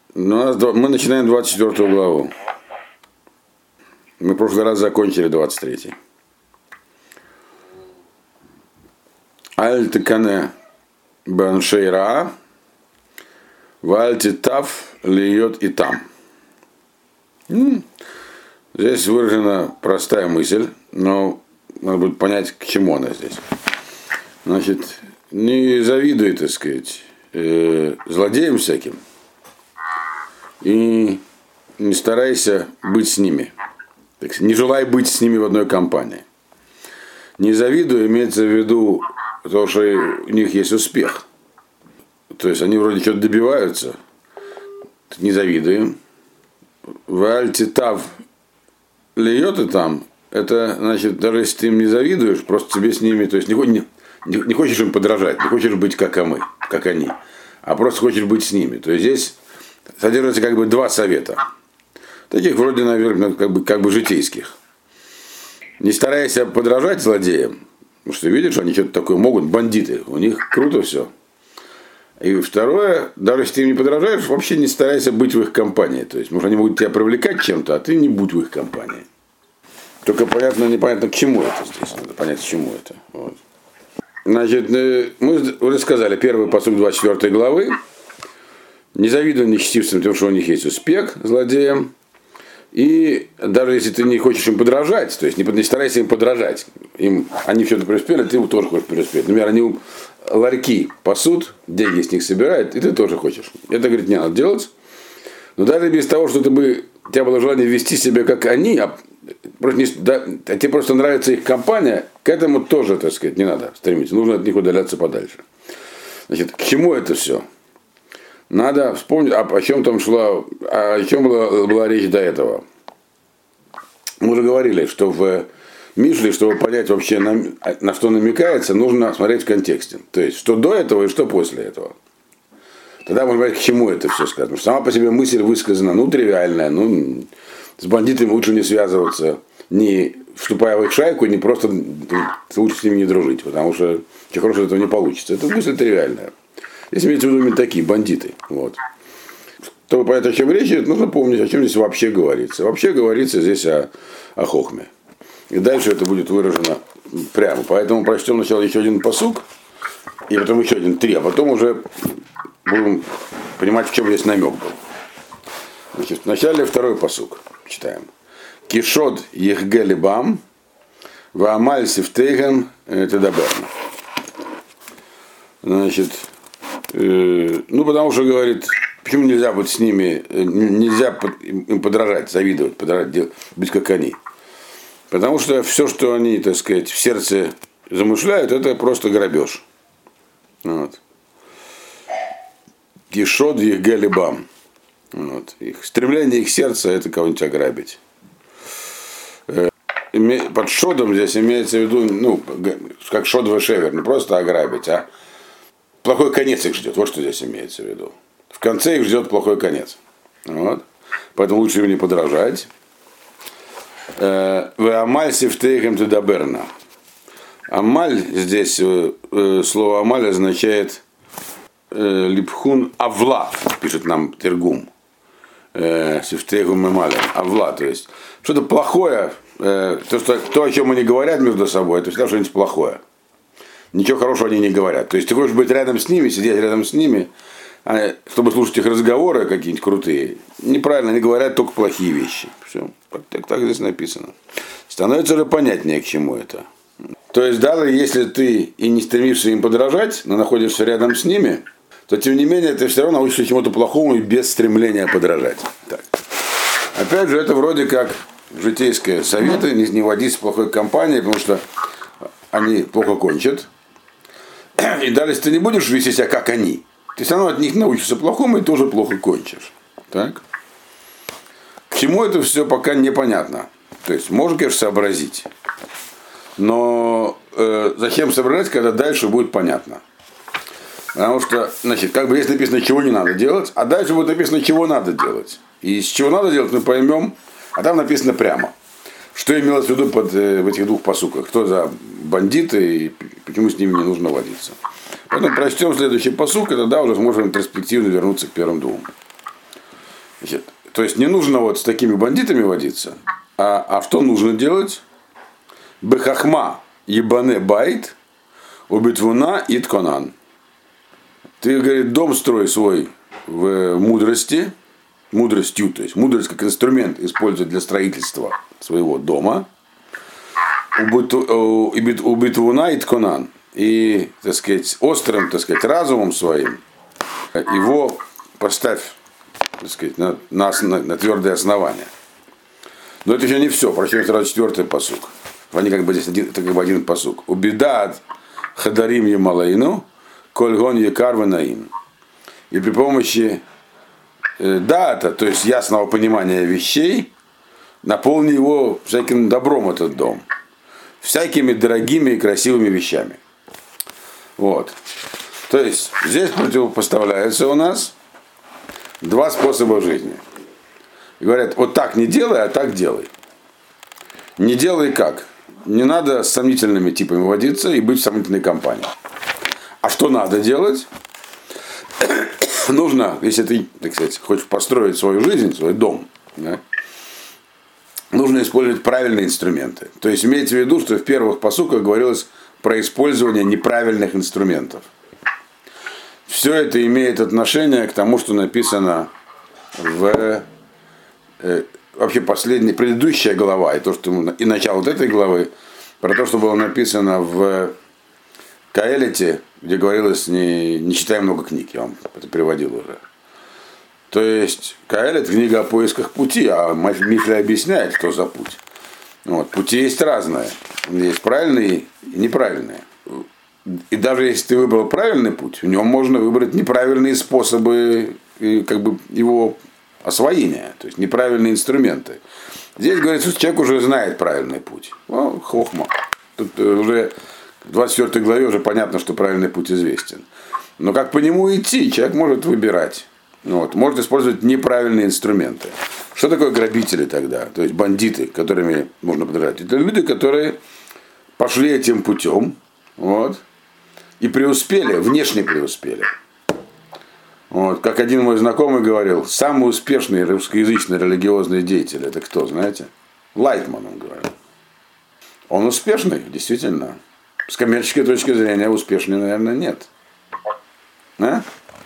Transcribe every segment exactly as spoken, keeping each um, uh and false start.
Ну, у нас два- мы начинаем двадцать четвёртую главу. Мы в прошлый раз закончили двадцать третий. Аль текане баншейра, валь титав льет и там. М, Здесь выражена простая мысль, но надо будет понять, к чему она здесь. Значит, не завидуй, так сказать, э, злодеям всяким и не старайся быть с ними. Так сказать, не желай быть с ними в одной компании. Не завидуй, имеется в виду то, что у них есть успех. То есть они вроде что-то добиваются. Не завидуем. Валь титав льет и там. Это значит, даже если ты им не завидуешь, просто тебе с ними, то есть не, не, не хочешь им подражать, не хочешь быть как мы, как они, а просто хочешь быть с ними. То есть здесь содержится как бы два совета. Таких вроде, наверное, как бы, как бы житейских. Не старайся подражать злодеям, потому что видишь, они что-то такое могут, бандиты, у них круто все. И второе, даже если ты им не подражаешь, вообще не старайся быть в их компании. То есть, может, они будут тебя привлекать чем-то, а ты не будь в их компании. Только понятно, непонятно, к чему это здесь. Надо понять, к чему это. Вот. Значит, мы уже сказали, первый посуд двадцать четвёртой главы. Не завидуй нечестивцам тем, что у них есть успех, злодеям. И даже если ты не хочешь им подражать, то есть не, не старайся им подражать, им, они все это преуспели, ты тоже хочешь преуспеть. Например, они ларьки пасут, деньги с них собирают, и ты тоже хочешь. Это, говорит, не надо делать. Но даже без того, что ты бы, у тебя было желание вести себя как они, а, просто не, да, а тебе просто нравится их компания, к этому тоже, так сказать, не надо стремиться. Нужно от них удаляться подальше. Значит, к чему это все? Надо вспомнить, а о чем там шла, о чем была, была речь до этого. Мы уже говорили, что в Мишле, чтобы понять вообще, на, на что намекается, нужно смотреть в контексте. То есть, что до этого и что после этого. Тогда можно понять, к чему это все сказано. Сама по себе мысль высказана, ну, тривиальная, ну, с бандитами лучше не связываться, не вступая в их шайку, не просто лучше с ними не дружить, потому что ничего хорошего этого не получится. Это мысль тривиальная. Здесь имеется в виду именно такие бандиты. Вот. Чтобы понять, о чем речь, нужно помнить, о чем здесь вообще говорится. Вообще говорится здесь о, о хохме. И дальше это будет выражено прямо. Поэтому прочтем сначала еще один пасук, и потом еще один три, а потом уже будем понимать, в чем здесь намек был. Значит, вначале второй пасук читаем. Кишод ехгелибам, ваамаль сифтейгем тедаберна. Значит, ну, потому что, говорит, почему нельзя быть с ними, нельзя им подражать, завидовать, подражать, быть как они. Потому что все, что они, так сказать, в сердце замышляют, это просто грабеж. Вот. Кишод их галибам. Вот. Их стремление их сердца это кого-нибудь ограбить. Под шодом здесь имеется в виду, ну, как шод вешевер, не просто ограбить, а плохой конец их ждет. Вот что здесь имеется в виду. В конце их ждет плохой конец. Вот. Поэтому лучше им не подражать. В амаль сифтейхем тедаберна. Амаль здесь, слово амаль означает липхун авла, пишет нам Тергум. Сифтейхем амаль. Авла, то есть что-то плохое, то, что, то, о чем они говорят между собой, это всегда что-нибудь плохое. Ничего хорошего они не говорят. То есть ты хочешь быть рядом с ними, сидеть рядом с ними, чтобы слушать их разговоры какие-нибудь крутые. Неправильно, они говорят только плохие вещи. Все. Так, так здесь написано. Становится уже понятнее, к чему это. То есть даже если ты и не стремишься им подражать, но находишься рядом с ними, то тем не менее ты все равно научишься чему-то плохому и без стремления подражать. Так. Опять же, это вроде как житейское советы, не, не водить с плохой компанией, потому что они плохо кончат. И даже если ты не будешь вести себя как они, ты все равно от них научишься плохому и тоже плохо кончишь. Так? К чему это все пока непонятно. То есть можно, конечно, сообразить. Но э, зачем соображать, когда дальше будет понятно. Потому что, значит, как бы здесь написано, чего не надо делать, а дальше будет написано, чего надо делать. И с чего надо делать, мы поймем, а там написано прямо. Что имелось в виду под, в этих двух пасуках? Кто за бандиты и почему с ними не нужно водиться? Поэтому прочтем следующий пасук, и тогда уже сможем интроспективно вернуться к первым двум. Значит, то есть не нужно вот с такими бандитами водиться, а, а что нужно делать? Бехахма ебане байт, убитвуна итконан. Ты, говорит, дом строй свой в мудрости, мудростью, то есть мудрость как инструмент использовать для строительства своего дома. Убитвуна итконан. И, так сказать, острым, так сказать, разумом своим его поставь, так сказать, на, на, на твердое основание. Но это еще не все. Прочтем сразу четвертый пасук. Они как бы здесь один, это как бы один пасук. Убидат хадарим емалайну, кольгон екарва наим. И при помощи э, дата, то есть ясного понимания вещей, наполни его всяким добром этот дом. Всякими дорогими и красивыми вещами. Вот. То есть здесь противопоставляются у нас два способа жизни. И говорят, вот так не делай, а так делай. Не делай как? Не надо с сомнительными типами водиться и быть в сомнительной компании. А что надо делать? Нужно, если ты, так сказать, хочешь построить свою жизнь, свой дом, да, нужно использовать правильные инструменты. То есть имейте в виду, что в первых пасуках говорилось про использование неправильных инструментов. Все это имеет отношение к тому, что написано в э, вообще последняя, предыдущая глава, и то, что и начало вот этой главы, про то, что было написано в Каэлите, где говорилось, не, не читай много книг, я вам это переводил уже. То есть Каэлит книга о поисках пути, а Мишля объясняет, что за путь. Вот, пути есть разные. Есть правильные и неправильные. И даже если ты выбрал правильный путь, в нем можно выбрать неправильные способы как бы, его освоения, то есть неправильные инструменты. Здесь говорится, что человек уже знает правильный путь. Ну, хохма. Тут уже в двадцать четвёртой главе уже понятно, что правильный путь известен. Но как по нему идти, человек может выбирать. Вот, может использовать неправильные инструменты. Что такое грабители тогда? То есть бандиты, которыми можно подражать. Это люди, которые пошли этим путем, вот, и преуспели, внешне преуспели. Вот, как один мой знакомый говорил, самый успешный русскоязычный религиозный деятель, это кто, знаете? Лайтман, он говорил. Он успешный, действительно. С коммерческой точки зрения успешный, наверное, нет. А?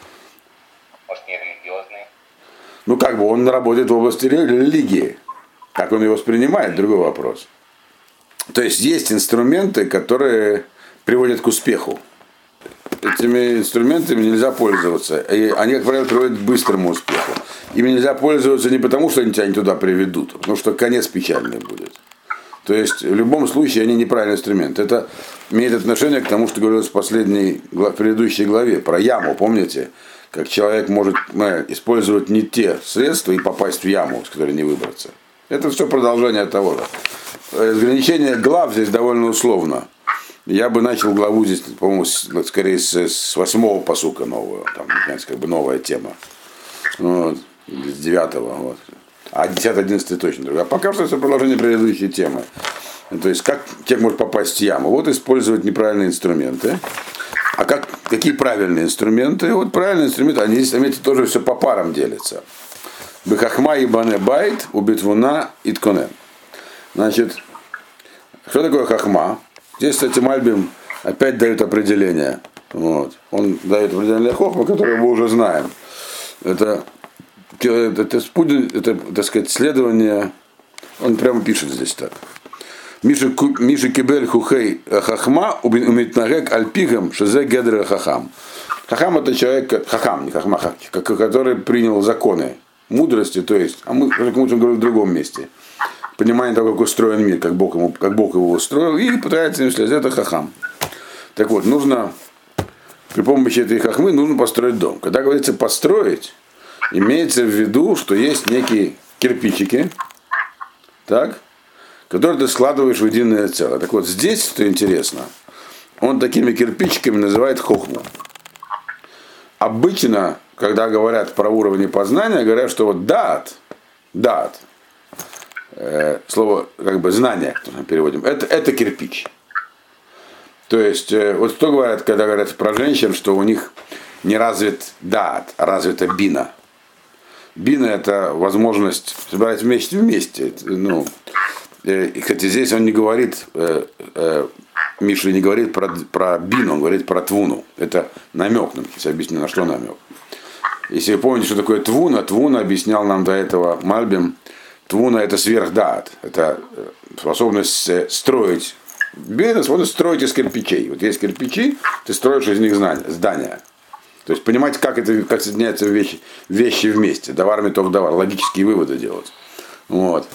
Ну, как бы он работает в области религии. Как он ее воспринимает, другой вопрос. То есть есть инструменты, которые приводят к успеху. Этими инструментами нельзя пользоваться. И они, как правило, приводят к быстрому успеху. Ими нельзя пользоваться не потому, что они тебя не туда приведут, а потому что конец печальный будет. То есть в любом случае они неправильный инструмент. Это имеет отношение к тому, что говорилось в последней, в предыдущей главе про яму, помните? Как человек может ну, использовать не те средства и попасть в яму, с которой не выбраться. Это все продолжение того же. Разграничение глав здесь довольно условно. Я бы начал главу здесь, по-моему, скорее с, с восьмого пасука новую. Там, как бы новая тема. Вот. С девятого. Вот. А десятый, одиннадцатый точно другой. А пока что это продолжение предыдущей темы. То есть, как человек может попасть в яму? Вот использовать неправильные инструменты. А как, какие правильные инструменты? Вот правильные инструменты, они здесь, заметьте, тоже все по парам делятся. Бехахма и бане байт, убитвуна и тконен. Значит, что такое хахма? Здесь, кстати, Мальбим опять дает определение. Вот. Он дает определение хохма, которое мы уже знаем. Это, это, это, это, так сказать, следование, он прямо пишет здесь так. Миша Кибель Хухей Хахма умитнагек альпигам шезе гедра хахам. Хахам это человек, хахам, не хахма, который принял законы мудрости, то есть, а мы, как мы говорим в другом месте, понимание того, как устроен мир, как Бог, ему, как Бог его устроил, и пытается им следовать, это хахам. Так вот, нужно, при помощи этой хахмы нужно построить дом. Когда говорится построить, имеется в виду, что есть некие кирпичики, так, которые ты складываешь в единое целое. Так вот, здесь, что интересно, он такими кирпичиками называет хохму. Обычно, когда говорят про уровни познания, говорят, что вот дат, дат, э, слово как бы знание, которое мы переводим, это, это кирпич. То есть, э, вот что говорят, когда говорят про женщин, что у них не развит дат, а развита бина. Бина это возможность собирать вместе вместе. Ну, э, и, кстати, здесь он не говорит, э, э, Миша не говорит про, про бину, он говорит про твуну. Это намек нам, сейчас объясню, на что намек. Если вы помните, что такое твуна, твуна объяснял нам до этого Мальбим. Твуна это сверхдаат, это способность строить. Бина способность строить из кирпичей. Вот есть кирпичи, ты строишь из них здания. То есть понимать, как это, как соединяются вещи, вещи вместе. Давар метов давар, логические выводы делать. Вот.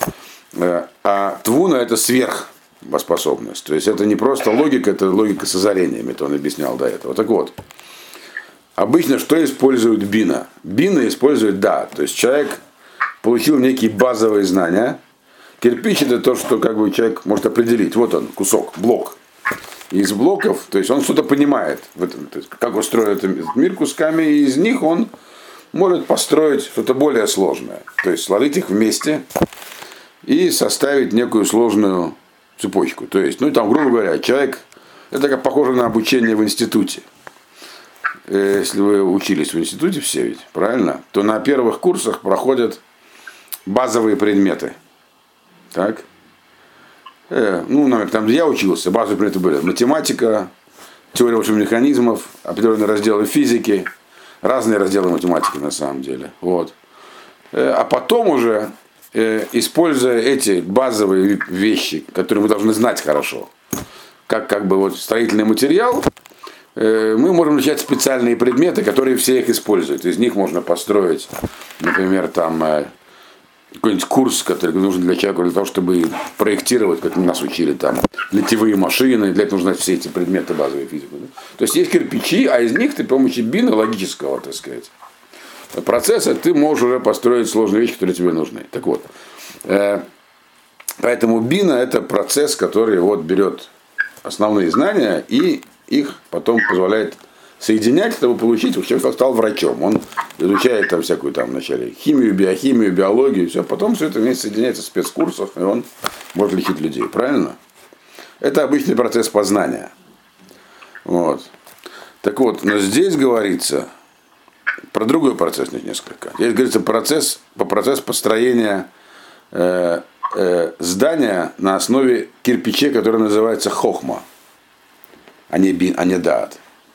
А твуна это сверхспособность. То есть это не просто логика, это логика с озарениями, это он объяснял до этого. Так вот, обычно что использует бина? Бина использует да. То есть человек получил некие базовые знания. Кирпич это то, что как бы человек может определить. Вот он, кусок, блок. Из блоков, то есть он что-то понимает в этом, то есть как устроен этот мир кусками, и из них он может построить что-то более сложное. То есть сложить их вместе и составить некую сложную цепочку. То есть, ну там, грубо говоря, человек, это как похоже на обучение в институте. Если вы учились в институте все ведь, правильно, то на первых курсах проходят базовые предметы. Так? Э, ну, например, там, где я учился, базовые предметы были математика, теория общих механизмов, определенные разделы физики, разные разделы математики на самом деле. Вот. Э, а потом уже, э, используя эти базовые вещи, которые вы должны знать хорошо, как, как бы вот строительный материал, э, мы можем начать специальные предметы, которые все их используют. Из них можно построить, например, там, э, какой-нибудь курс, который нужен для человека, для того, чтобы проектировать, как нас учили, там, литьевые машины, для этого нужно знать все эти предметы базовой физики. Да? То есть есть кирпичи, а из них ты при помощи бина, логического, так сказать, процесса, ты можешь уже построить сложные вещи, которые тебе нужны. Так вот, э, поэтому бина это процесс, который вот берет основные знания и их потом позволяет соединять, чтобы получить, чтобы человек стал врачом. Он изучает там всякую там вначале химию, биохимию, биологию, все, потом все это вместе соединяется в спецкурсах, и он может лечить людей. Правильно? Это обычный процесс познания. Вот. Так вот, но здесь говорится про другой процесс несколько. Здесь говорится процесс, по процесс построения э, э, здания на основе кирпичей, который называется хохма, а не, бин, а не даат.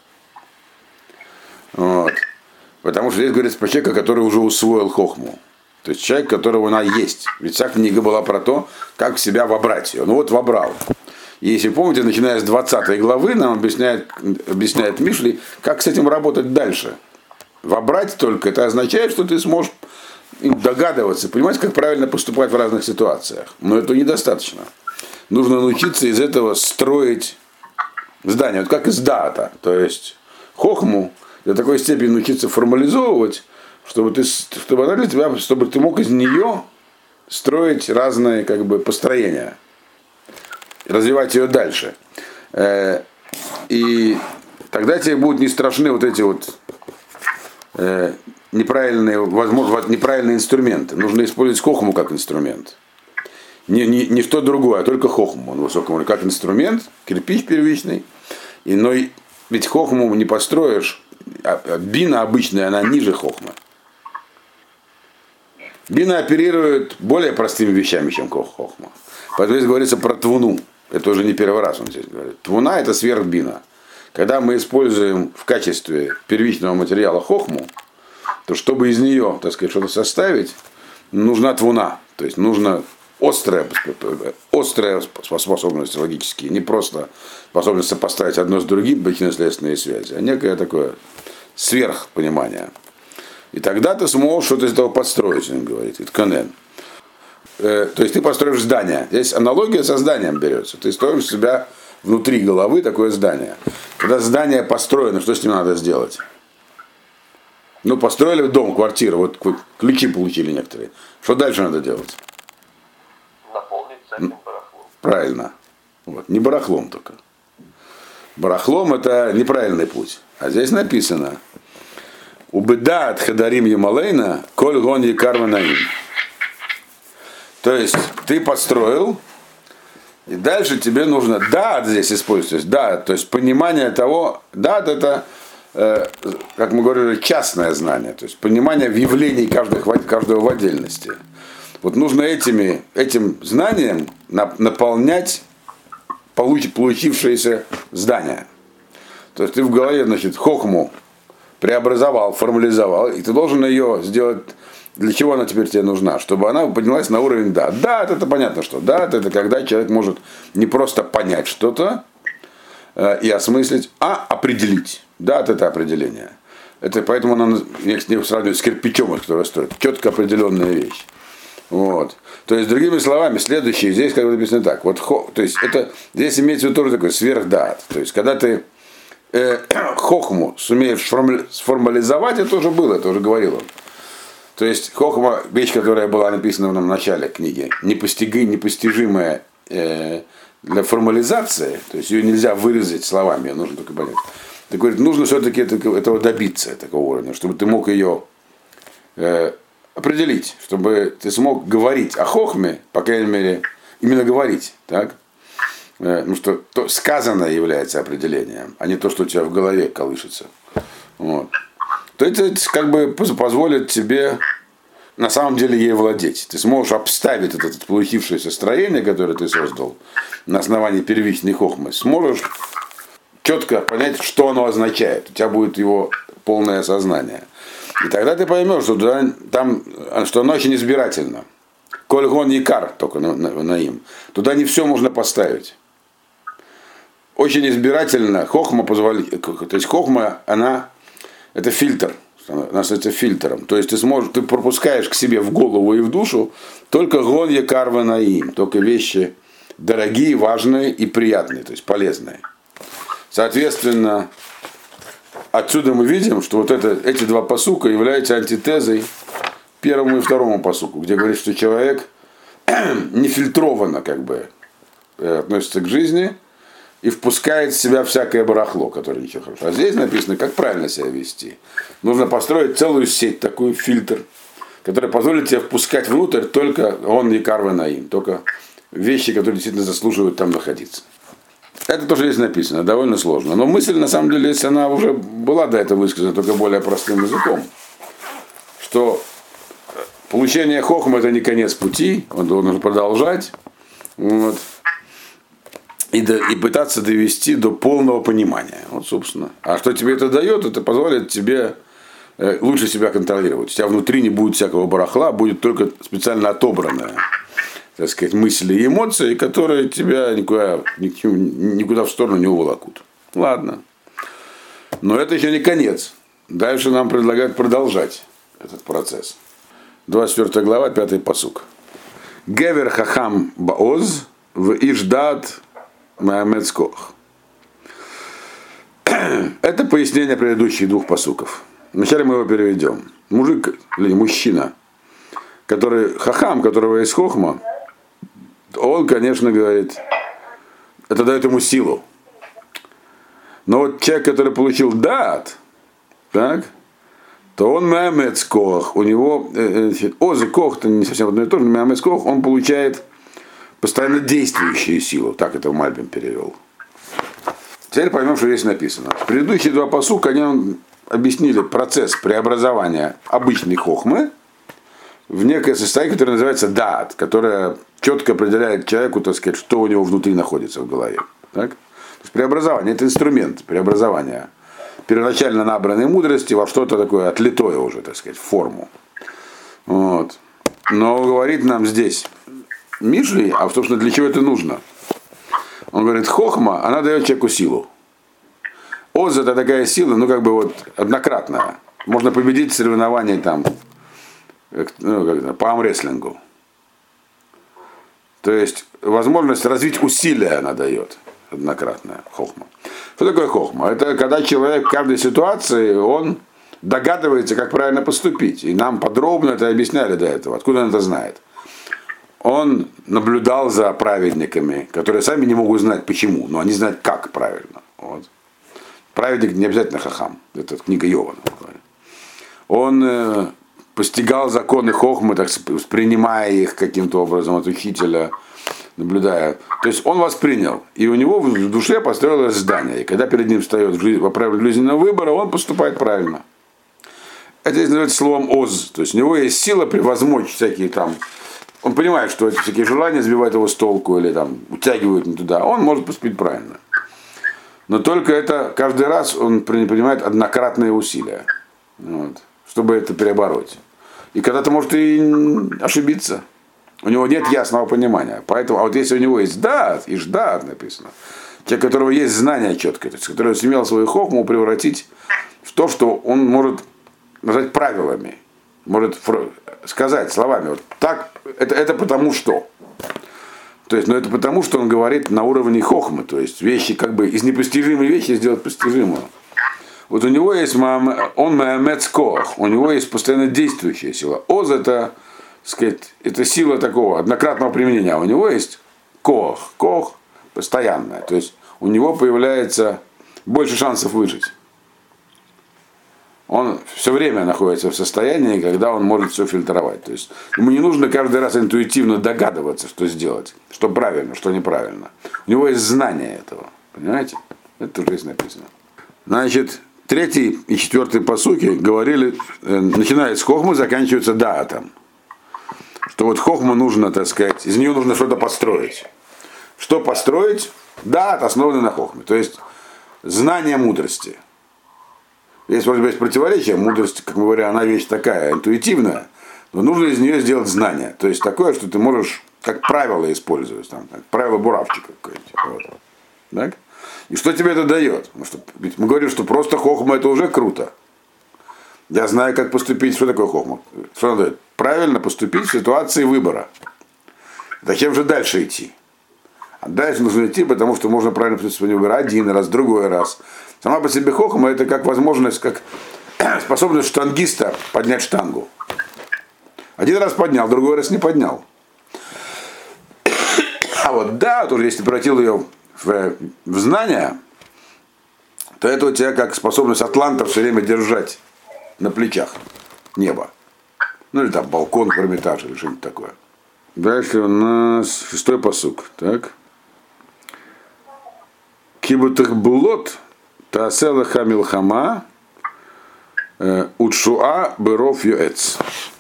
Вот. Потому что здесь говорится про человека, который уже усвоил хохму. То есть человек, которого она есть. Ведь вся книга была про то, как в себя вобрать ее. Ну вот вобрал. И если помните, начиная с двадцатой главы, нам объясняет, объясняет Мишли, как с этим работать дальше. Вобрать только, это означает, что ты сможешь догадываться, понимать, как правильно поступать в разных ситуациях. Но это недостаточно. Нужно научиться из этого строить здание. Вот как из даата. То есть хохму до такой степени научиться формализовывать, чтобы ты, чтобы она для тебя, чтобы ты мог из нее строить разные как бы построения, развивать ее дальше. И тогда тебе будут не страшны вот эти вот неправильные, возможно, неправильные инструменты. Нужно использовать хохму как инструмент. Не, не, не что другое, а только хохму. Он высоком уровне, как инструмент, кирпич первичный. И, но ведь хохму не построишь. А бина обычная, она ниже хохмы. Бина оперирует более простыми вещами, чем хохма. Поэтому здесь говорится про твуну. Это уже не первый раз он здесь говорит. Твуна это сверхбина. Когда мы используем в качестве первичного материала хохму, то чтобы из нее, так сказать, что-то составить, нужна твуна. То есть нужна острая, острая способность логические, не просто способность сопоставить одно с другим причинно-следственные связи, а некое такое сверхпонимание. И тогда ты сможешь что-то из этого подстроить, он говорит, это конен. Э, то есть ты построишь здание. Здесь аналогия со зданием берется. Ты строишь себя внутри головы такое здание. Когда здание построено, что с ним надо сделать? Ну, построили дом, квартиру, вот ключи получили некоторые. Что дальше надо делать? Наполнить всяким барахлом. Правильно. Вот. Не барахлом только. Барахлом это неправильный путь. А здесь написано: Убеда от хадарим ямалейна, коль гон якарванаим. То есть ты построил, и дальше тебе нужно дат здесь использовать. Да, то есть понимание того, дат это э, как мы говорили, частное знание, то есть понимание в явлении каждого, каждого в отдельности. Вот нужно этими, этим знанием наполнять получившееся здание. То есть ты в голове, значит, хохму преобразовал, формализовал, и ты должен ее сделать. Для чего она теперь тебе нужна? Чтобы она поднялась на уровень да. Да, это понятно, что да, это когда человек может не просто понять что-то э, и осмыслить, а определить. Да, это определение. Это поэтому она не сравнивает с кирпичом, который строит. Четко определенная вещь. Вот. То есть, другими словами, следующее, здесь как бы написано так. Вот, хо, то есть, это, здесь имеется в виду тоже такой сверхдат. То есть, когда ты э, хохму сумеешь сформализовать, это уже было, это уже говорил он. То есть, хохма, вещь, которая была написана в начале книги, непостиги, непостижимая э, для формализации, то есть, ее нельзя вырезать словами, ее нужно только понять. Так говорит, нужно все-таки этого добиться, такого уровня, чтобы ты мог ее э, определить, чтобы ты смог говорить о хохме, по крайней мере, именно говорить, так? Ну что то сказанное является определением, а не то, что у тебя в голове колышется. Вот. То это как бы позволит тебе на самом деле ей владеть. Ты сможешь обставить это, это получившееся строение, которое ты создал на основании первичной хохмы, сможешь четко понять, что оно означает. У тебя будет его полное осознание. И тогда ты поймешь, что, туда, там, что оно очень избирательно. Кольгон якар, только на, на, на им. Туда не все можно поставить. Очень избирательно. Хохма позволяет. То есть хохма, она это фильтр. Она становится фильтром. То есть ты сможешь, ты пропускаешь к себе в голову и в душу только гон якар ванаим, только вещи дорогие, важные и приятные, то есть полезные. Соответственно, отсюда мы видим, что вот это, эти два пасука являются антитезой первому и второму пасуку, где говорит, что человек нефильтрованно как бы относится к жизни и впускает в себя всякое барахло, которое ничего хорошего. А здесь написано, как правильно себя вести. Нужно построить целую сеть, такой фильтр, который позволит тебе впускать внутрь только он и карва наим, только вещи, которые действительно заслуживают там находиться. Это тоже здесь написано, довольно сложно. Но мысль, на самом деле, если она уже была до этого высказана, только более простым языком, что получение хохма это не конец пути, он должен продолжать, вот, и, до, и пытаться довести до полного понимания. Вот, собственно. А что тебе это дает, это позволит тебе э, лучше себя контролировать. У тебя внутри не будет всякого барахла, будет только специально отобранное, так сказать, мысли и эмоции, которые тебя никуда, никуда в сторону не уволокут. Ладно. Но это еще не конец. Дальше нам предлагают продолжать этот процесс. двадцать четвёртая глава, пятый пасук. Гевер хахам баоз в иждат маамецкох. Это пояснение предыдущих двух пасуков. Вначале мы его переведем. Мужик или мужчина, который хахам, которого есть хохма, он, конечно, говорит, это дает ему силу. Но вот человек, который получил дат, так, то он меамецкох, у него озы кох, это не совсем одно и то же, меамецкох, он получает постоянно действующую силу. Так это Мальбим перевел. Теперь поймем, что здесь написано. Предыдущие два пасука, они объяснили процесс преобразования обычной хохмы в некое состояние, которое называется даат, которое четко определяет человеку, так сказать, что у него внутри находится в голове. Так? То есть преобразование – это инструмент преобразования первоначально набранной мудрости во что-то такое отлитое уже, так сказать, в форму. Вот. Но говорит нам здесь Мишли, а собственно для чего это нужно? Он говорит, хохма, она дает человеку силу. Оз это такая сила, ну как бы вот однократная. Можно победить в соревновании там, ну, как, по армрестлингу. То есть возможность развить усилия она дает однократная хохма. Что такое хохма? Это когда человек в каждой ситуации он догадывается, как правильно поступить. И нам подробно это объясняли до этого. Откуда он это знает? Он наблюдал за праведниками, которые сами не могут знать почему, но они знают, как правильно. Вот. Праведник не обязательно хахам. Это книга Йова. Он э, постигал законы хохмы, так, воспринимая их каким-то образом от учителя. наблюдая. То есть он воспринял, и у него в душе построилось здание. И когда перед ним встает вопрос жизненного выбора, он поступает правильно. Это здесь называется словом «оз». То есть у него есть сила превозмочь всякие там. Он понимает, что эти всякие желания сбивают его с толку или там утягивают не туда. Он может поступить правильно. Но только это каждый раз он принимает однократные усилия, вот, чтобы это перебороть. И когда-то может и ошибиться. У него нет ясного понимания. Поэтому, а вот если у него есть дат, и ждат написано, человек, у которого есть знание четкое, то есть, который сумел свою хохму превратить в то, что он может назвать правилами, может сказать словами, вот так, это, это потому что. То есть, ну это потому, что он говорит на уровне хохмы, то есть вещи, как бы из непостижимой вещи сделать постижимую. Вот у него есть, он маэмецкох, у него есть постоянно действующая сила. Оз это, сказать, это сила такого однократного применения, а у него есть кох, кох постоянная, то есть у него появляется больше шансов выжить. Он все время находится в состоянии, когда он может все фильтровать. То есть ему не нужно каждый раз интуитивно догадываться, что сделать, что правильно, что неправильно. У него есть знание этого. Понимаете? Это тоже здесь написано. Значит, третий и четвертый пасуки говорили, начиная с хохмы, заканчиваются даатом. Что вот хохму нужно, так сказать, из нее нужно что-то построить. Что построить? Даат основанный на хохме. То есть знание мудрости. Есть, может быть, противоречие, мудрость, как мы говорим, она вещь такая, интуитивная, но нужно из нее сделать знание. То есть такое, что ты можешь, как правило, использовать, там, как правило буравчика какое-нибудь. Вот. Так? И что тебе это дает? Потому что, ведь мы говорим, что просто хохма это уже круто. Я знаю, как поступить. Что такое хохма? Что она дает? Правильно поступить в ситуации выбора. Зачем же дальше идти? А дальше нужно идти, потому что можно правильно поступить в выбор один раз, другой раз. Сама по себе хохма это как возможность, как способность штангиста поднять штангу. Один раз поднял, другой раз не поднял. А вот да, тоже если превратил ее в, в знание, то это у тебя как способность атланта все время держать на плечах небо. Ну или там балкон в Эрмитаже или что-нибудь такое. Дальше у нас шестой пасук. Так. Кибутых булот Таасела хамилхама Учшуа быров юэц.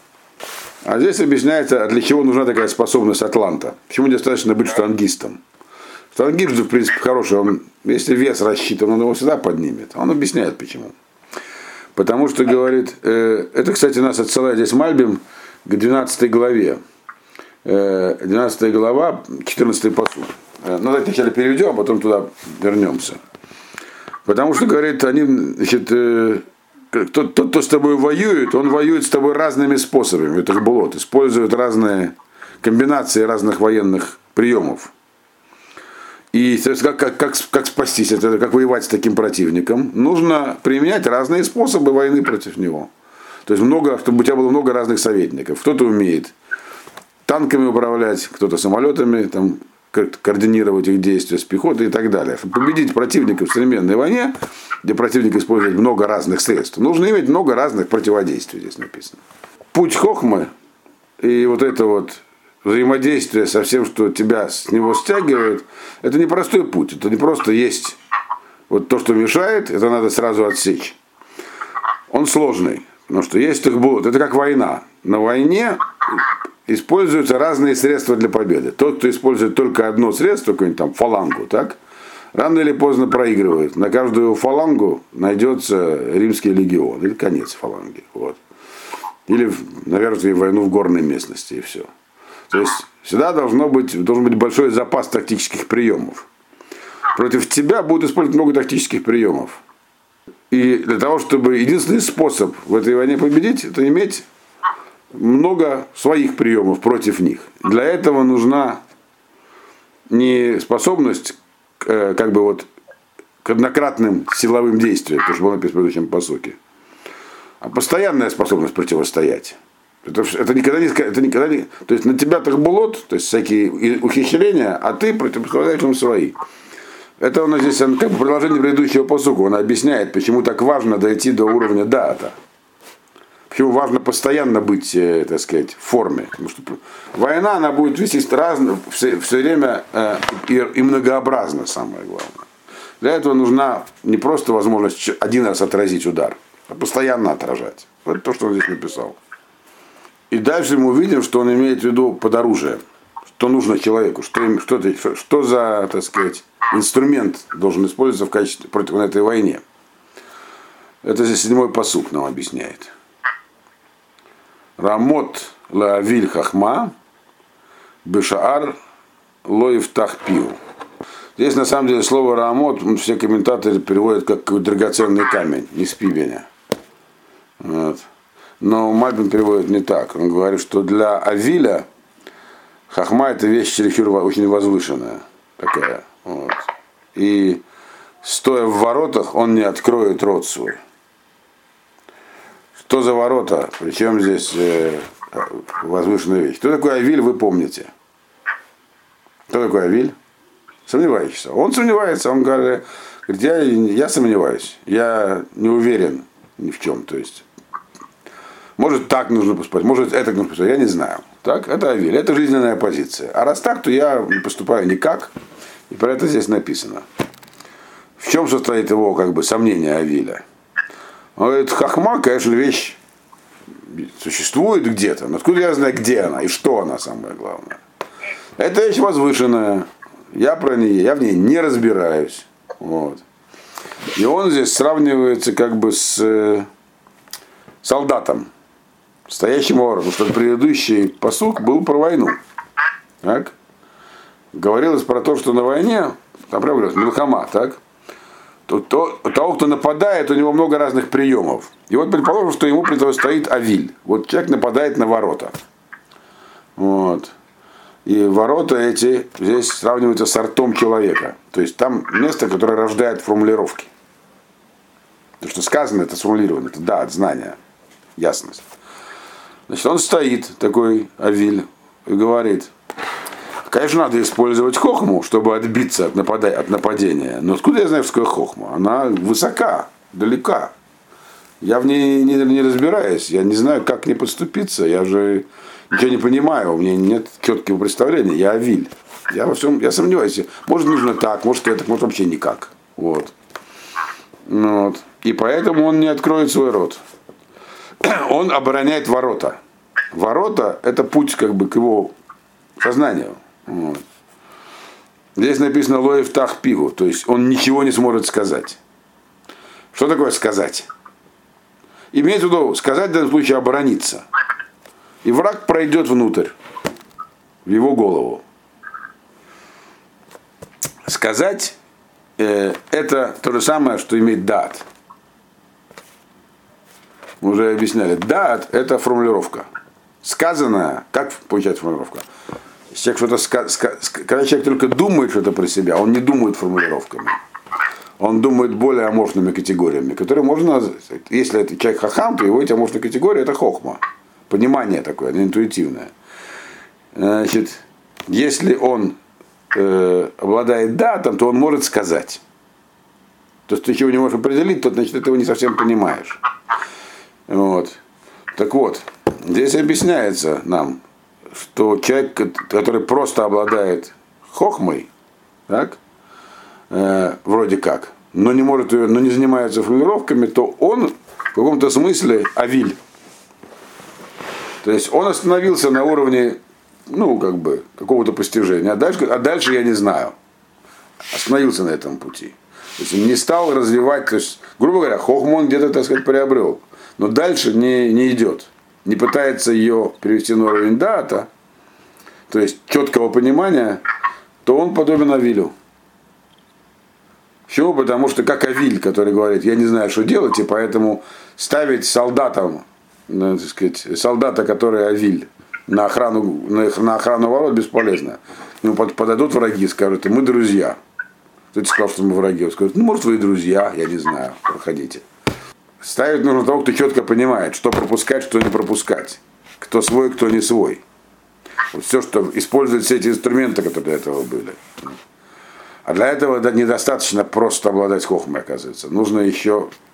А здесь объясняется, для чего нужна такая способность атланта. Почему недостаточно быть штангистом. Штангист, в принципе, хороший. Он, если вес рассчитан, он его всегда поднимет. Он объясняет, почему. Потому что, говорит, э, это, кстати, нас отсылает здесь Мальбим к двенадцатой главе. Э, двенадцатая глава, четырнадцатый пасук. Э, ну, давайте вначале переведем, а потом туда вернемся. Потому что, говорит, они, значит, э, тот, тот, кто с тобой воюет, он воюет с тобой разными способами. Это блот, используют разные комбинации разных военных приемов. И как, как, как, как спастись, это как воевать с таким противником, нужно применять разные способы войны против него. То есть много, чтобы у тебя было много разных советников. Кто-то умеет танками управлять, кто-то самолетами, там, координировать их действия с пехотой и так далее. Чтобы победить противника в современной войне, где противник использует много разных средств, нужно иметь много разных противодействий, здесь написано. Путь хохмы и вот это вот взаимодействие со всем, что тебя с него стягивает, это не простой путь. Это не просто есть вот то, что мешает, это надо сразу отсечь. Он сложный, потому что есть их будут. Это как война. На войне используются разные средства для победы. Тот, кто использует только одно средство, какую-нибудь там фалангу, так, рано или поздно проигрывает. На каждую фалангу найдется римский легион, или конец фаланги. Вот. Или навяжут ей войну в горной местности, и все. То есть всегда должно быть, должен быть большой запас тактических приемов. Против тебя будут использовать много тактических приемов. И для того, чтобы единственный способ в этой войне победить, это иметь много своих приемов против них. Для этого нужна не способность как бы вот к однократным силовым действиям, то, что было написано в предыдущем пасуке, а постоянная способность противостоять. Это, это никогда не, это никогда не, то есть на тебя тахбулот, то есть всякие ухищрения, а ты противопоставляешь им свои. Это у нас здесь как бы продолжение предыдущего пасука. Он объясняет, почему так важно дойти до уровня даата. Почему важно постоянно быть, э, так сказать, в форме? Потому что война, она будет вестись разно, все, все время э, и, и многообразно, самое главное. Для этого нужна не просто возможность один раз отразить удар, а постоянно отражать. Вот то, что он здесь написал. И дальше мы увидим, что он имеет в виду под оружием. Что нужно человеку, что, им, что, что, что за, так сказать, инструмент должен использоваться в качестве против этой войне. Это здесь седьмой пасук нам объясняет. Рамот лаавиль хахма бешаар лоевтах пиу. Здесь на самом деле слово рамот все комментаторы переводят как драгоценный камень, не с пивеня. Вот. Но Мальбин переводит не так. Он говорит, что для авиля хахма это вещь чересчур очень возвышенная такая. Вот. И стоя в воротах, он не откроет рот свой. Что за ворота? Причем здесь э, возвышенная вещь. Кто такой авиль, вы помните. Кто такой авиль? Сомневающийся. Он сомневается, он говорит, я, я сомневаюсь, я не уверен ни в чем. То есть, может так нужно поступать, может это нужно поступать, я не знаю. Так, это авиль, это жизненная позиция. А раз так, то я не поступаю никак, и про это здесь написано. В чем состоит его как бы сомнение авиля? Он говорит, хахма, конечно, вещь существует где-то, но откуда я знаю, где она и что она, самое главное. Это вещь возвышенная, я про нее, я в ней не разбираюсь. Вот. И он здесь сравнивается как бы с э, солдатом, стоящим вором, потому что предыдущий пасук был про войну. Так? Говорилось про то, что на войне, там прямо говорилось, милхама, так? То, то, того, кто нападает, у него много разных приемов. И вот предположим, что ему противостоит авиль. Вот человек нападает на ворота. Вот. И ворота эти здесь сравниваются с ртом человека. То есть там место, которое рождает формулировки. То, что сказано, это сформулировано. Это да, от знания. Ясность. Значит, он стоит, такой авиль, и говорит: конечно, надо использовать хохму, чтобы отбиться от, напада... от нападения. Но откуда я знаю, что такое хохма? Она высока, далека. Я в ней не, не разбираюсь. Я не знаю, как к ней подступиться. Я же ничего не понимаю. У меня нет четкого представления. Я авиль. Я во всем, я сомневаюсь. Может, нужно так, может, это, может, вообще никак. Вот. Вот. И поэтому он не откроет свой рот. Он обороняет ворота. Ворота – это путь как бы к его сознанию. Вот. Здесь написано лоевтах пигу, то есть он ничего не сможет сказать. Что такое сказать? Имеется в виду сказать в данном случае оборониться. И враг пройдет внутрь, в его голову. Сказать э, это то же самое, что иметь дат. Мы уже объясняли. Дат это формулировка. Сказанное, как получается формулировка? Человек что-то ска- ска- когда человек только думает что-то про себя, он не думает формулировками. Он думает более аморфными категориями, которые можно, если это человек хахам, то его эти аморфные категории это хохма. Понимание такое, интуитивное. Значит, если он э, обладает датом, то он может сказать. То, что ты чего не можешь определить, то значит ты этого не совсем понимаешь. Вот. Так вот, здесь объясняется нам, что человек, который просто обладает хохмой, так, э, вроде как, но не может ее, но не занимается формулировками, то он в каком-то смысле авиль. То есть он остановился на уровне, ну, как бы, какого-то постижения, а дальше, а дальше я не знаю. Остановился на этом пути. То есть он не стал развивать, то есть, грубо говоря, хохму он где-то, так сказать, приобрел, но дальше не, не идет. Не пытается ее перевести на уровень дата, то есть четкого понимания, то он подобен авилю. Почему? Потому что как авиль, который говорит, я не знаю, что делать, и поэтому ставить солдатам, ну, так сказать, солдата, который авиль, на охрану, на, на охрану ворот бесполезно. К нему подойдут враги и скажут, мы друзья. Кто-то сказал, что мы враги. Он скажет, ну, может, вы и друзья, я не знаю, проходите. Ставить нужно того, кто четко понимает, что пропускать, что не пропускать. Кто свой, кто не свой. Вот все, что используют все эти инструменты, которые для этого были. А для этого недостаточно просто обладать хохмой, оказывается. Нужно еще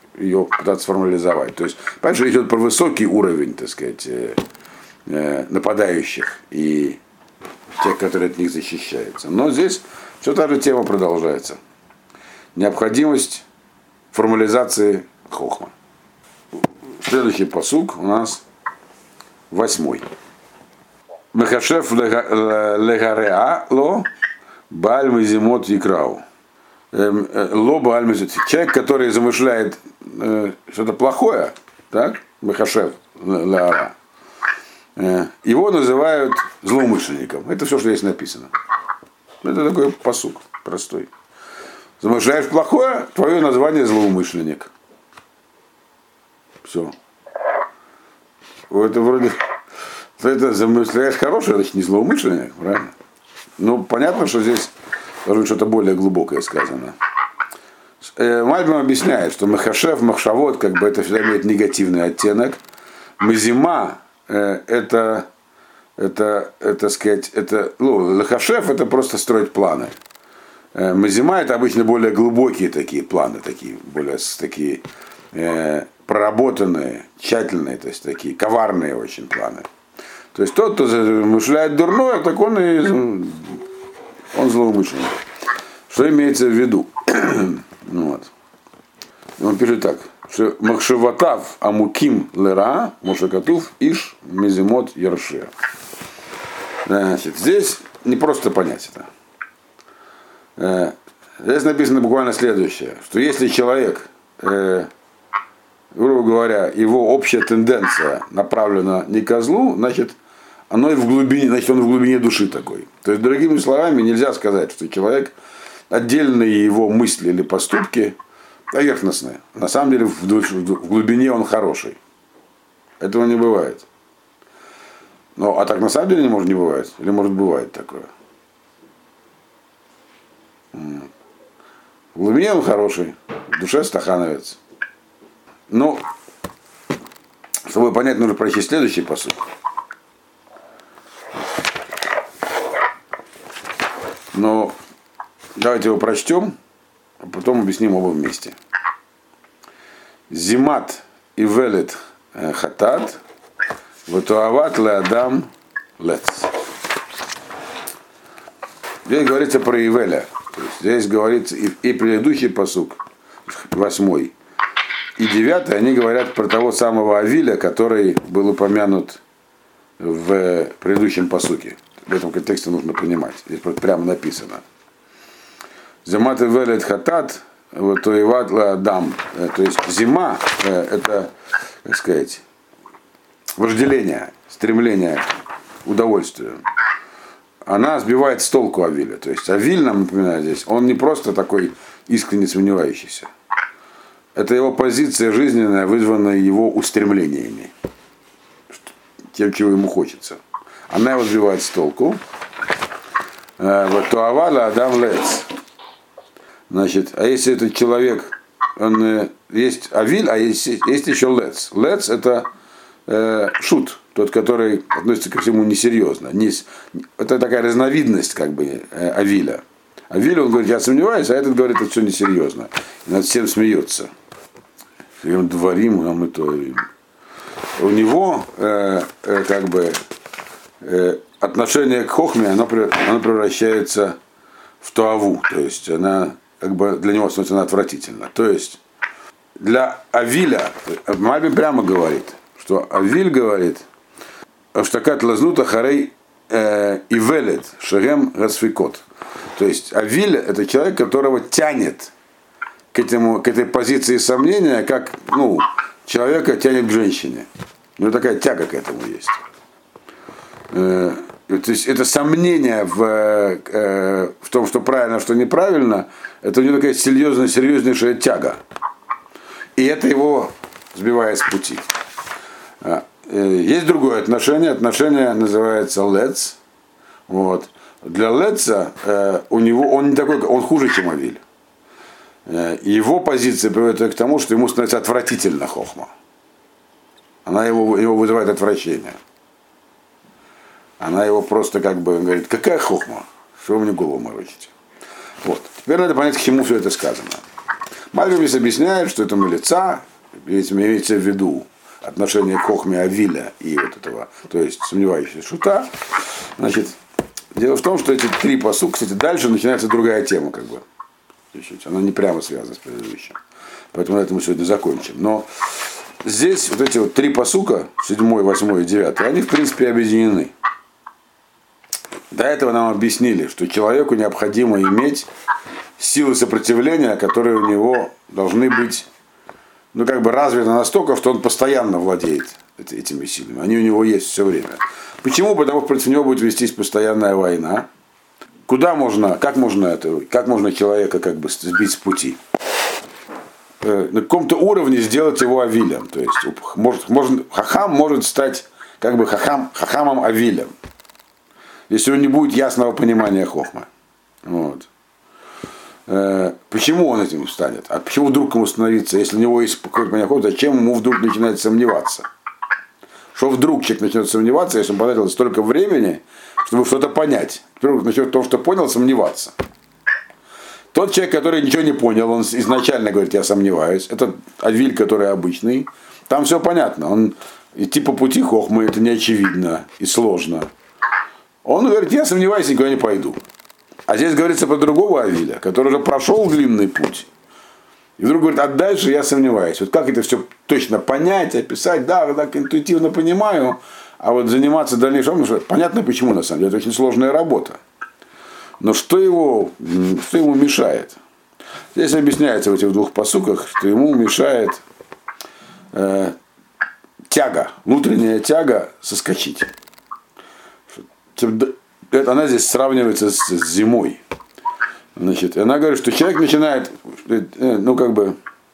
ее пытаться формализовать. То есть, понимаешь, идет про высокий уровень, так сказать, э, э, нападающих и тех, которые от них защищаются. Но здесь все та же тема продолжается. Необходимость формализации хохма. Следующий пасук у нас восьмой. Мехашев легареа ло бальмы зимот якрау. Ло бальмы зимот. Человек, который замышляет э, что-то плохое, так? Мехашев легареа. Его называют злоумышленником. Это все, что здесь написано. Это такой пасук простой. Замышляешь плохое, твое название злоумышленник. Все. Это вроде... Это замышляешь хорошее, значит не злоумышленник, правильно? Ну, понятно, что здесь должно быть что-то более глубокое сказано. Мальбим объясняет, что махашев, махшавод, как бы это всегда имеет негативный оттенок. Мазима это, это, это сказать, это, ну, лахашев это просто строить планы. Мазима это обычно более глубокие такие планы, такие, более такие э, проработанные, тщательные, то есть такие коварные очень планы. То есть тот, кто замышляет дурное, так он и он злоумышленник. Что имеется в виду? Вот. Он пишет так, что Махшеватав Амуким Лера Мушакатув Иш Мизимот Яршия. Значит, здесь не просто понять это. Здесь написано буквально следующее, что если человек, э, грубо говоря, его общая тенденция направлена не ко злу, значит, оно и в глубине, значит, он в глубине души такой. То есть, другими словами, нельзя сказать, что человек, отдельные его мысли или поступки поверхностные. На самом деле, в, душ, в глубине он хороший. Этого не бывает. Ну, а так на самом деле не может не бывать. Или может бывает такое. В глубине он хороший, в душе стахановец. Ну, чтобы понять, нужно прочесть следующий пасук. Но давайте его прочтем, а потом объясним оба вместе. Зимат и велет хатат, ватуават леадам лец. Здесь говорится про Ивеля. То есть здесь говорится и, и предыдущий пасук, восьмой, и девятый, они говорят про того самого Авиля, который был упомянут в предыдущем пасуке. В этом контексте нужно понимать. Здесь прямо написано. Зимат и велет хатат, ватуават леадам. То есть зима это, так сказать, вожделение, стремление к удовольствию. Она сбивает с толку Авиля. То есть Авиль, нам напоминает здесь, он не просто такой искренне сомневающийся. Это его позиция жизненная, вызванная его устремлениями. Тем, чего ему хочется. Она его сбивает с толку. Туаваля Адам Лец. Значит, а если этот человек, он есть Авиль, а есть, есть еще Лец. Лец это э, шут. Тот, который относится ко всему несерьезно. Не, это такая разновидность, как бы, э, Авиля. Авиль, он говорит, я сомневаюсь, а этот говорит, это все несерьезно. И над всем смеется. Всем дворим, а мы то. У него, э, э, как бы, э, отношение к хохме, оно, оно превращается в туаву. То есть, она, как бы, для него становится она отвратительно. То есть, для Авиля, Мальбим прямо говорит, что Авиль говорит, Аштакат лазнута харей и велет шагем расфикот. То есть Авиль это человек, которого тянет к, этому, к этой позиции сомнения, как ну, человека тянет к женщине. У него такая тяга к этому есть. То есть это сомнение в, в том, что правильно, что неправильно, это у него такая серьезная, серьезнейшая тяга. И это его сбивает с пути. Есть другое отношение, отношение называется лец. Вот. Для леца э, у него он не такой, он хуже, чем Авиль. Э, его позиция приводит к тому, что ему становится отвратительно хохма. Она его, его вызывает отвращение. Она его просто как бы говорит, какая хохма, что вы мне голову морочите. Вот. Теперь надо понять, к чему все это сказано. Мальбим здесь объясняет, что это лица, имеется в виду отношение к Хохме Авиля и вот этого, то есть сомневающегося шута. Значит, дело в том, что эти три пасука, кстати, дальше начинается другая тема, как бы. Чуть-чуть. Она не прямо связана с предыдущим. Поэтому на этом мы сегодня закончим. Но здесь вот эти вот три пасука, седьмой, восьмой и девятый, они в принципе объединены. До этого нам объяснили, что человеку необходимо иметь силы сопротивления, которые у него должны быть, ну, как бы развиты настолько, что он постоянно владеет этими силами. Они у него есть все время. Почему? Потому что против него будет вестись постоянная война. Куда можно, как можно это, как можно человека как бы сбить с пути? На каком-то уровне сделать его авилем. То есть может, может, хахам может стать как бы хахам, хахамом авилем, если он не будет ясного понимания хохмы. Вот. Почему он этим станет? А почему вдруг ему становиться, если у него есть какое-то понимание хохмы, зачем ему вдруг начинает сомневаться? Что вдруг человек начнет сомневаться, если он потратил столько времени, чтобы что-то понять. Теперь он начнет в том, что понял, сомневаться. Тот человек, который ничего не понял, он изначально говорит, я сомневаюсь. Это авиль, который обычный. Там все понятно. Он идти по пути хохмы, это не очевидно и сложно. Он говорит, я сомневаюсь, никуда не пойду. А здесь говорится про другого авиля, который уже прошел длинный путь. И вдруг говорит, а дальше я сомневаюсь. Вот как это все точно понять, описать, да, так интуитивно понимаю, а вот заниматься дальнейшим, понятно почему на самом деле, это очень сложная работа. Но что, его, что ему мешает? Здесь объясняется в этих двух пасуках, что ему мешает э, тяга, внутренняя тяга соскочить. Она здесь сравнивается с зимой. Значит, она говорит, что человек начинает, ну как бы,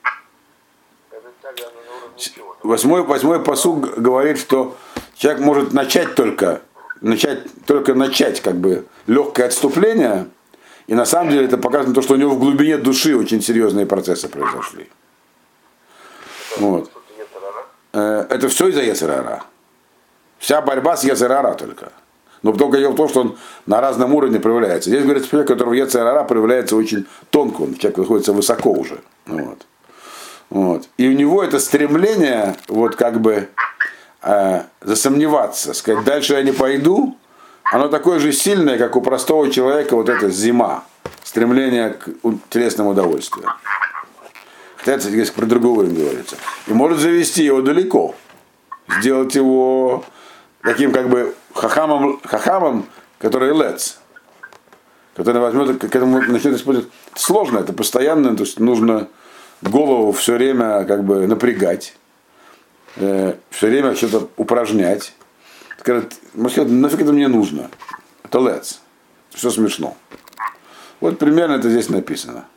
восьмой, восьмой пасук говорит, что человек может начать только, начать, только начать как бы легкое отступление, и на самом деле это показывает то, что у него в глубине души очень серьезные процессы произошли. Вот. Это все из-за Йецер ара. Вся борьба с Йецер ара только. Но только дело в том, что он на разном уровне проявляется. Здесь говорится, человек, которого Йецер ара проявляется очень тонко, он человек находится высоко уже. Вот. Вот. И у него это стремление, вот как бы э, засомневаться, сказать, дальше я не пойду, оно такое же сильное, как у простого человека вот эта зима, стремление к телесному удовольствию. Хотя это здесь про другой уровень говорится. И может завести его далеко, сделать его таким как бы хахамом, хахамом который лец, который возьмет, к этому начнет использовать. Сложно, это постоянно, то есть нужно голову все время как бы напрягать, э, все время что-то упражнять. Скажет, нафиг это мне нужно? Это лец. Все смешно. Вот примерно это здесь написано.